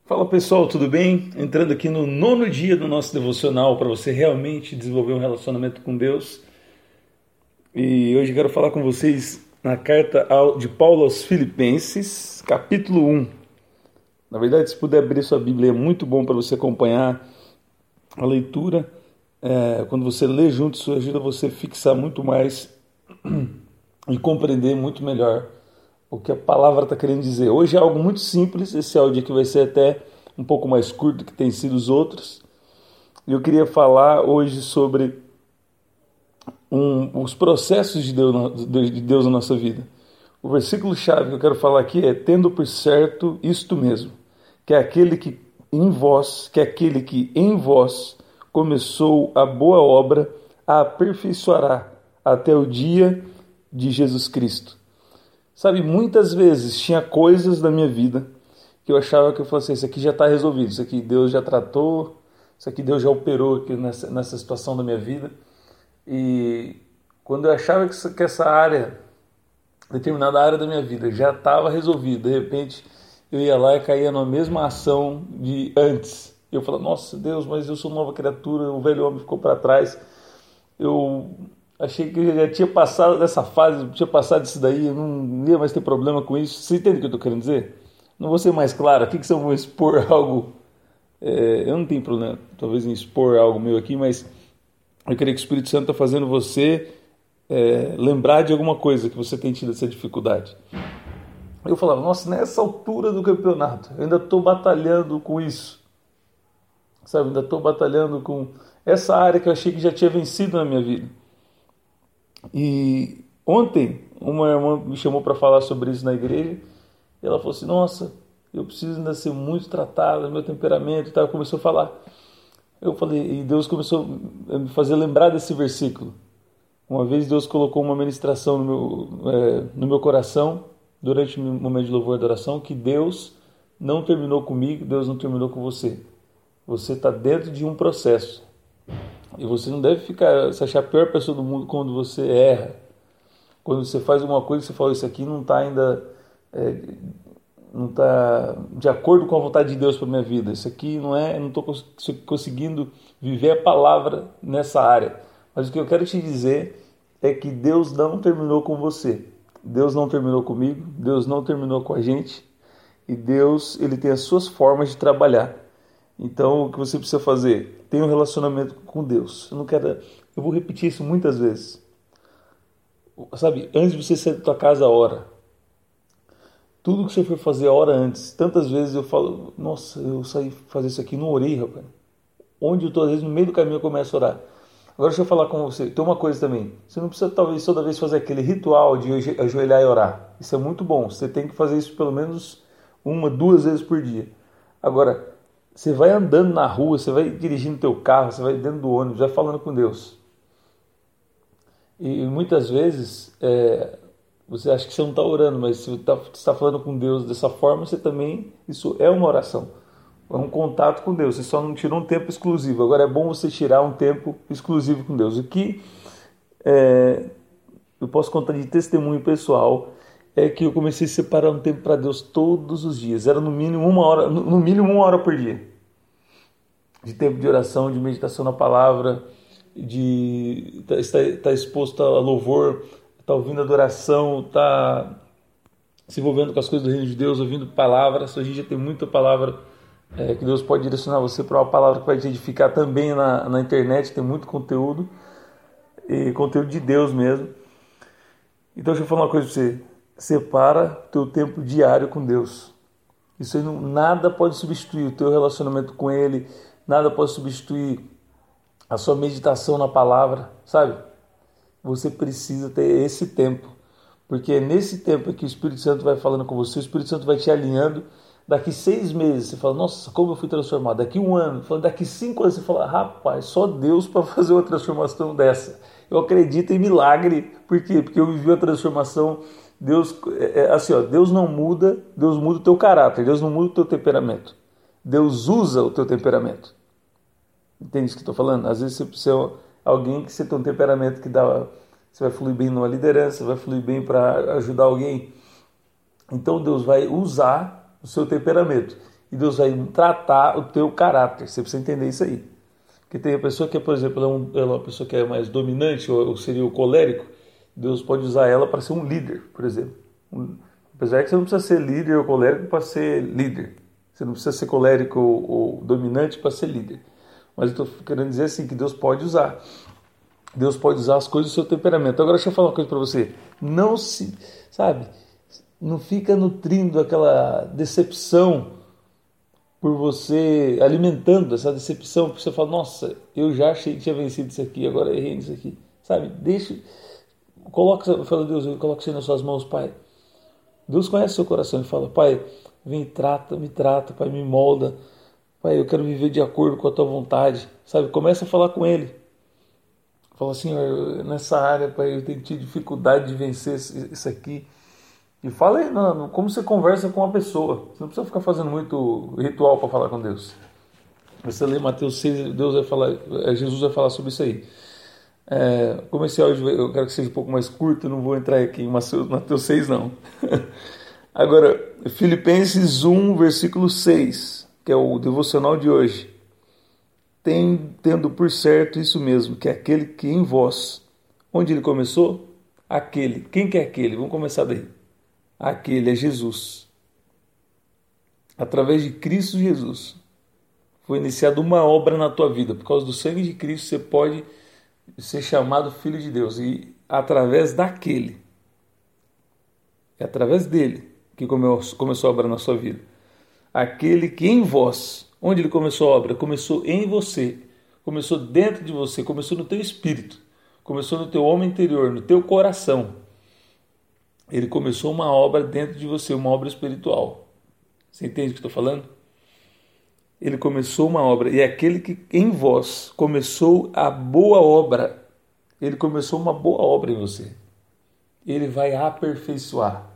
Fala pessoal, tudo bem? Entrando aqui no nono dia do nosso devocional para você realmente desenvolver um relacionamento com Deus. E hoje quero falar com vocês na de Paulo aos Filipenses, capítulo 1. Na verdade, se puder abrir sua Bíblia, é muito bom para você acompanhar a leitura. Quando você lê junto, isso ajuda você a fixar muito mais e compreender muito melhor o que a palavra está querendo dizer. Hoje é algo muito simples, esse áudio aqui vai ser até um pouco mais curto do que tem sido os outros. E eu queria falar hoje sobre os processos de Deus na nossa vida. O versículo-chave que eu quero falar aqui é: tendo por certo isto mesmo, que é aquele que em vós começou a boa obra, a aperfeiçoará até o dia de Jesus Cristo. Sabe, muitas vezes tinha coisas da minha vida que eu achava que eu falei assim, isso aqui já está resolvido, isso aqui Deus já tratou, isso aqui Deus já operou aqui nessa situação da minha vida. E quando eu achava que essa área, determinada área da minha vida já estava resolvida, de repente eu ia lá e caía na mesma ação de antes. Eu falava, nossa Deus, mas eu sou nova criatura, o velho homem ficou para trás. Eu achei que eu já tinha passado dessa fase, tinha passado disso daí, eu não ia mais ter problema com isso. Você entende o que eu estou querendo dizer? Não vou ser mais claro aqui, que se eu vou expor algo, eu não tenho problema, talvez, em expor algo meu aqui, mas eu creio que o Espírito Santo está fazendo você lembrar de alguma coisa que você tem tido essa dificuldade. Eu falava, nossa, nessa altura do campeonato, eu ainda estou batalhando com isso, sabe? Ainda estou batalhando com essa área que eu achei que já tinha vencido na minha vida. E ontem uma irmã me chamou para falar sobre isso na igreja. E ela falou assim, nossa, eu preciso ainda ser muito tratada, meu temperamento e tal. Começou a falar. Eu falei, e Deus começou a me fazer lembrar desse versículo. Uma vez Deus colocou uma ministração no meu coração, durante o momento de louvor e adoração, que Deus não terminou comigo, Deus não terminou com você. Você está dentro de um processo. E você não deve se achar a pior pessoa do mundo quando você erra. Quando você faz alguma coisa e você fala, isso aqui não está ainda... não está de acordo com a vontade de Deus para minha vida. Isso aqui não estou conseguindo viver a palavra nessa área. Mas o que eu quero te dizer é que Deus não terminou com você. Deus não terminou comigo, Deus não terminou com a gente. E Deus, ele tem as suas formas de trabalhar. Então, o que você precisa fazer? Tenha um relacionamento com Deus. Eu vou repetir isso muitas vezes. Sabe, antes de você sair da tua casa, ora. Tudo que você for fazer, ora antes. Tantas vezes eu falo, nossa, eu saí fazer isso aqui, não orei, rapaz. Onde eu estou, às vezes, no meio do caminho eu começo a orar. Agora deixa eu falar com você. Tem uma coisa também. Você não precisa, talvez, toda vez fazer aquele ritual de ajoelhar e orar. Isso é muito bom. Você tem que fazer isso pelo menos 1, 2 vezes por dia. Agora, você vai andando na rua, você vai dirigindo teu carro, você vai dentro do ônibus, vai falando com Deus. E muitas vezes você acha que você não está orando, mas se você está falando com Deus dessa forma, isso é uma oração. É um contato com Deus. Você só não tirou um tempo exclusivo. Agora é bom você tirar um tempo exclusivo com Deus. O que eu posso contar de testemunho pessoal é que eu comecei a separar um tempo para Deus todos os dias. Era no mínimo 1 hora, no mínimo 1 hora por dia. De tempo de oração, de meditação na palavra, de estar exposto a louvor, estar ouvindo adoração, estar se envolvendo com as coisas do reino de Deus, ouvindo palavras. Hoje em dia tem muita palavra que Deus pode direcionar você para uma palavra que vai te edificar também na internet. Tem muito conteúdo, e conteúdo de Deus mesmo. Então deixa eu falar uma coisa para você. Separa teu tempo diário com Deus. Isso aí nada pode substituir o teu relacionamento com Ele, nada pode substituir a sua meditação na palavra, sabe? Você precisa ter esse tempo, porque é nesse tempo que o Espírito Santo vai falando com você, o Espírito Santo vai te alinhando. Daqui 6 meses você fala, nossa, como eu fui transformado. Daqui 1 ano, daqui 5 anos você fala, rapaz, só Deus para fazer uma transformação dessa. Eu acredito em milagre. Por quê? Porque eu vivi a transformação. Deus, Deus não muda, Deus muda o teu caráter, Deus não muda o teu temperamento. Deus usa o teu temperamento. Entende isso que eu estou falando? Às vezes você precisa alguém que você tem um temperamento que você vai fluir bem numa liderança, vai fluir bem para ajudar alguém. Então Deus vai usar o seu temperamento. e Deus vai tratar o teu caráter. Você precisa entender isso aí. Porque tem a pessoa que, por exemplo, ela é uma pessoa que é mais dominante, ou seria o colérico, Deus pode usar ela para ser um líder, por exemplo. Apesar que você não precisa ser líder ou colérico para ser líder. Você não precisa ser colérico ou dominante para ser líder. Mas eu estou querendo dizer assim, que Deus pode usar. Deus pode usar as coisas do seu temperamento. Agora deixa eu falar uma coisa para você. Não fica nutrindo aquela decepção por você, alimentando essa decepção, porque você fala, nossa, eu já achei que tinha vencido isso aqui, agora errei nisso aqui. Sabe, fala, Deus, eu coloco isso nas suas mãos, Pai. Deus conhece o seu coração e fala, Pai, vem, me trata, Pai, me molda. Pai, eu quero viver de acordo com a tua vontade. Sabe, começa a falar com Ele. Fala, Senhor, nessa área, Pai, eu tenho tido dificuldade de vencer isso aqui. E fala aí, como você conversa com uma pessoa. Você não precisa ficar fazendo muito ritual para falar com Deus. Você lê Mateus 6, Jesus vai falar sobre isso aí. Como esse áudio eu quero que seja um pouco mais curto, eu não vou entrar aqui em Mateus 6 não. Agora, Filipenses 1, versículo 6, que é o devocional de hoje. Tendo por certo isso mesmo, que é aquele que em vós, onde ele começou? Aquele. Quem que é aquele? Vamos começar daí. Aquele é Jesus. Através de Cristo Jesus foi iniciada uma obra na tua vida. Por causa do sangue de Cristo você pode ser chamado filho de Deus. E através daquele, é através dele que começou a obra na sua vida. Aquele que em vós, onde ele começou a obra? Começou em você, começou dentro de você, começou no teu espírito, começou no teu homem interior, no teu coração. Ele começou uma obra dentro de você, uma obra espiritual. Você entende o que estou falando? Ele começou uma obra, e é aquele que em vós começou a boa obra. Ele começou uma boa obra em você. Ele vai aperfeiçoar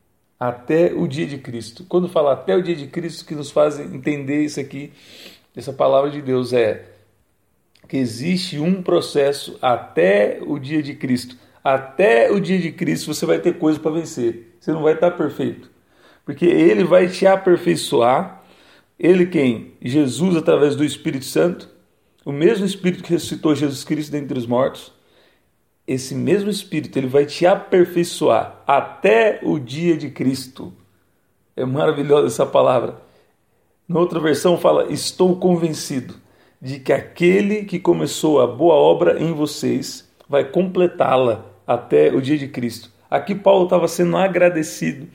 até o dia de Cristo. Quando fala até o dia de Cristo, que nos faz entender isso aqui, essa palavra de Deus é que existe um processo até o dia de Cristo. Até o dia de Cristo você vai ter coisa para vencer. Você não vai estar perfeito. Porque Ele vai te aperfeiçoar. Ele quem? Jesus através do Espírito Santo. O mesmo Espírito que ressuscitou Jesus Cristo dentre os mortos. Esse mesmo Espírito, ele vai te aperfeiçoar até o dia de Cristo. É maravilhosa essa palavra. Na outra versão fala, estou convencido de que aquele que começou a boa obra em vocês vai completá-la até o dia de Cristo. Aqui Paulo estava sendo agradecido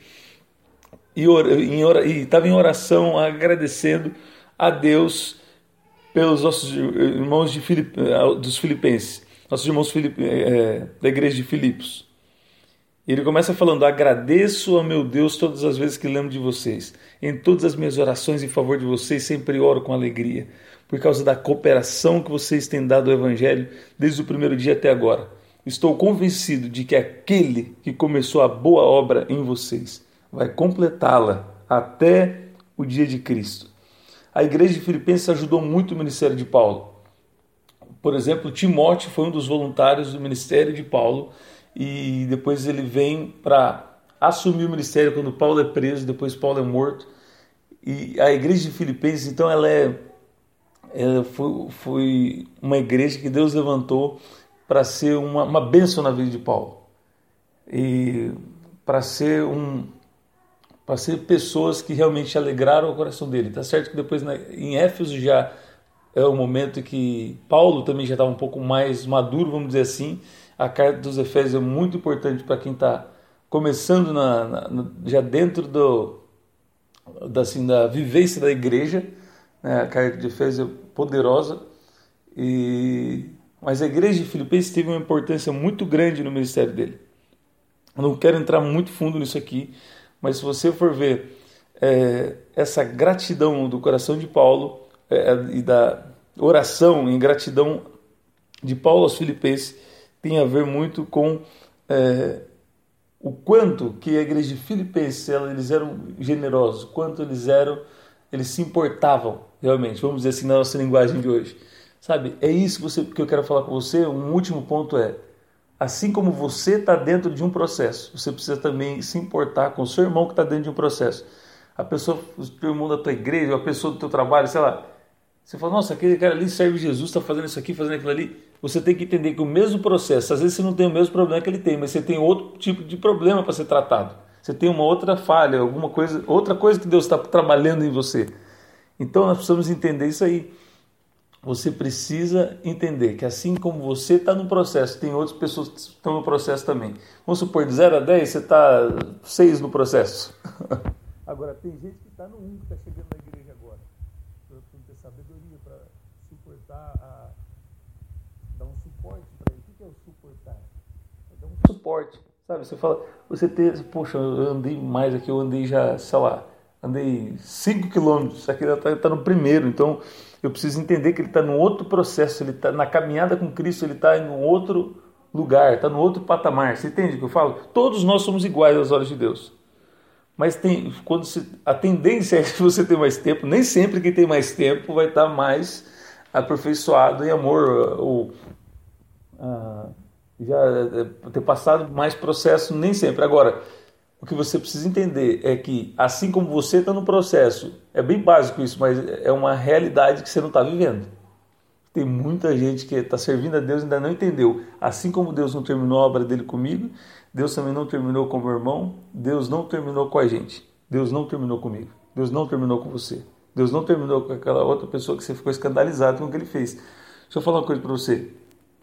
e estava em oração agradecendo a Deus pelos nossos irmãos dos Filipenses, nossos irmãos da igreja de Filipos. Ele começa falando, agradeço a meu Deus todas as vezes que lembro de vocês. Em todas as minhas orações em favor de vocês, sempre oro com alegria, por causa da cooperação que vocês têm dado ao Evangelho desde o primeiro dia até agora. Estou convencido de que aquele que começou a boa obra em vocês vai completá-la até o dia de Cristo. A igreja de Filipenses ajudou muito o ministério de Paulo. Por exemplo, Timóteo foi um dos voluntários do ministério de Paulo e depois ele vem para assumir o ministério quando Paulo é preso, depois Paulo é morto. E a igreja de Filipenses, então, ela foi uma igreja que Deus levantou para ser uma bênção na vida de Paulo. E para ser pessoas que realmente alegraram o coração dele. Tá certo que depois em Éfeso já é o momento que Paulo também já estava um pouco mais maduro, vamos dizer assim. A carta dos Efésios é muito importante para quem está começando já dentro da vivência da igreja. Né? A carta de Efésios é poderosa. Mas a igreja de Filipenses teve uma importância muito grande no ministério dele. Eu não quero entrar muito fundo nisso aqui, mas se você for ver essa gratidão do coração de Paulo e da oração em gratidão de Paulo aos Filipenses, tem a ver muito com o quanto que a igreja de Filipenses eles eram generosos, quanto eles se importavam realmente, vamos dizer assim na nossa linguagem de hoje. Sabe, é isso que eu quero falar com você. Um último ponto assim como você está dentro de um processo, você precisa também se importar com o seu irmão que está dentro de um processo. a pessoa, o teu irmão da tua igreja, a pessoa do teu trabalho, sei lá, você fala, nossa, aquele cara ali serve Jesus, está fazendo isso aqui, fazendo aquilo ali. Você tem que entender que o mesmo processo, às vezes você não tem o mesmo problema que ele tem, mas você tem outro tipo de problema para ser tratado. Você tem uma outra falha, alguma coisa, outra coisa que Deus está trabalhando em você. Então nós precisamos entender isso aí. Você precisa entender que assim como você está no processo, tem outras pessoas que estão no processo também. Vamos supor, de 0 a 10, você está 6 no processo. Agora, tem gente que está no 1, que está chegando na igreja agora. Então, eu tenho que ter sabedoria para suportar, dar um suporte para ele. O que é o suportar? É dar um suporte, sabe? Você fala, poxa, eu andei mais aqui, eu andei já, sei lá, andei 5 quilômetros, aqui ele está no primeiro, então eu preciso entender que ele está num outro processo, ele está na caminhada com Cristo, ele está em um outro lugar, está no outro patamar. Você entende o que eu falo? Todos nós somos iguais aos olhos de Deus. Mas a tendência é que você tenha mais tempo. Nem sempre quem tem mais tempo vai estar mais aperfeiçoado em amor ou já ter passado mais processo, nem sempre. Agora, o que você precisa entender é que, assim como você está no processo, é bem básico isso, mas é uma realidade que você não está vivendo. Tem muita gente que está servindo a Deus e ainda não entendeu. Assim como Deus não terminou a obra dele comigo, Deus também não terminou com o meu irmão, Deus não terminou com a gente. Deus não terminou comigo, Deus não terminou com você. Deus não terminou com aquela outra pessoa que você ficou escandalizado com o que ele fez. Deixa eu falar uma coisa para você.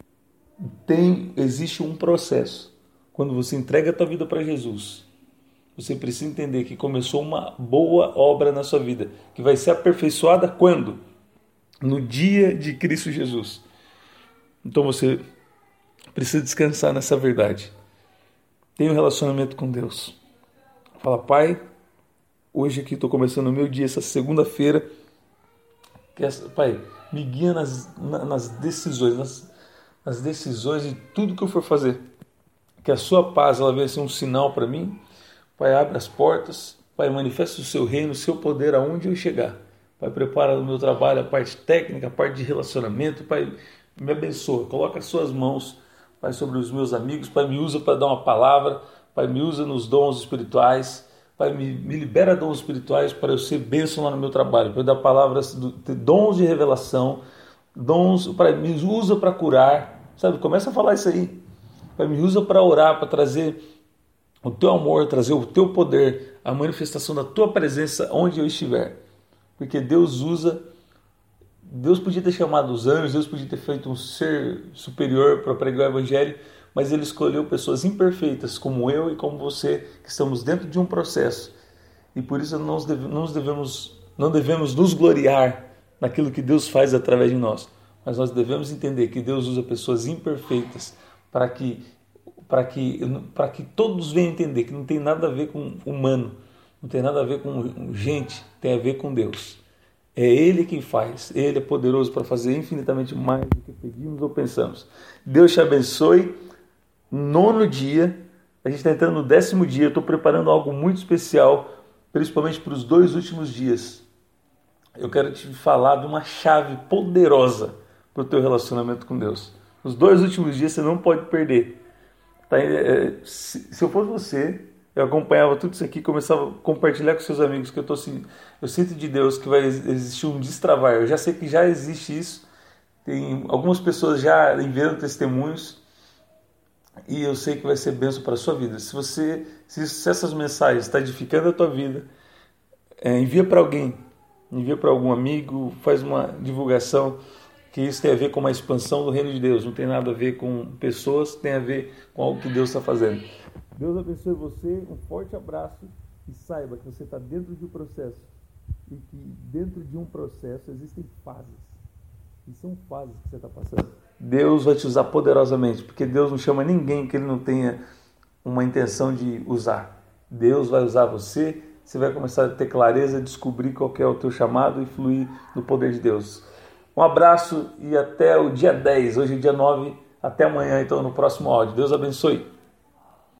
Existe um processo. Quando você entrega a tua vida para Jesus, você precisa entender que começou uma boa obra na sua vida, que vai ser aperfeiçoada quando? No dia de Cristo Jesus. Então você precisa descansar nessa verdade. Tenha um relacionamento com Deus. Fala, Pai, hoje aqui estou começando o meu dia, essa segunda-feira. Pai, me guia nas decisões, nas decisões de tudo que eu for fazer. Que a sua paz ela venha ser um sinal para mim. Pai, abre as portas. Pai, manifesta o seu reino, o seu poder aonde eu chegar. Pai, prepara o meu trabalho, a parte técnica, a parte de relacionamento. Pai, me abençoa. Coloca as suas mãos, Pai, sobre os meus amigos. Pai, me usa para dar uma palavra. Pai, me usa nos dons espirituais. Pai, me libera dons espirituais para eu ser bênção lá no meu trabalho. Para eu dar palavras, dons de revelação. Dons, Pai, me usa para curar. Sabe, começa a falar isso aí. Pai, me usa para orar, para trazer o teu amor, trazer o teu poder, a manifestação da tua presença onde eu estiver. Porque Deus podia ter chamado os anjos, Deus podia ter feito um ser superior para pregar o evangelho, mas Ele escolheu pessoas imperfeitas como eu e como você, que estamos dentro de um processo. E por isso não devemos nos gloriar naquilo que Deus faz através de nós. Mas nós devemos entender que Deus usa pessoas imperfeitas para que todos venham entender que não tem nada a ver com humano, não tem nada a ver com gente, tem a ver com Deus. É Ele quem faz, Ele é poderoso para fazer infinitamente mais do que pedimos ou pensamos. Deus te abençoe. 9º dia, a gente está entrando no 10º dia, eu estou preparando algo muito especial, principalmente para os 2 últimos dias. Eu quero te falar de uma chave poderosa para o teu relacionamento com Deus. Os 2 últimos dias você não pode perder. Tá? Se eu fosse você, eu acompanhava tudo isso aqui, começava a compartilhar com seus amigos, que eu sinto de Deus que vai existir um destravar. Eu já sei que já existe isso. Tem algumas pessoas já enviando testemunhos e eu sei que vai ser bênção para a sua vida. Se essas mensagens estão edificando a tua vida, envia para alguém, envia para algum amigo, faz uma divulgação, que isso tem a ver com uma expansão do reino de Deus, não tem nada a ver com pessoas, tem a ver com algo que Deus está fazendo. Deus abençoe você, um forte abraço e saiba que você está dentro de um processo e que dentro de um processo existem fases e são fases que você está passando. Deus vai te usar poderosamente, porque Deus não chama ninguém que Ele não tenha uma intenção de usar. Deus vai usar você, você vai começar a ter clareza, descobrir qual que é o teu chamado e fluir no poder de Deus. Um abraço e até o dia 10, hoje é dia 9, até amanhã então no próximo áudio. Deus abençoe.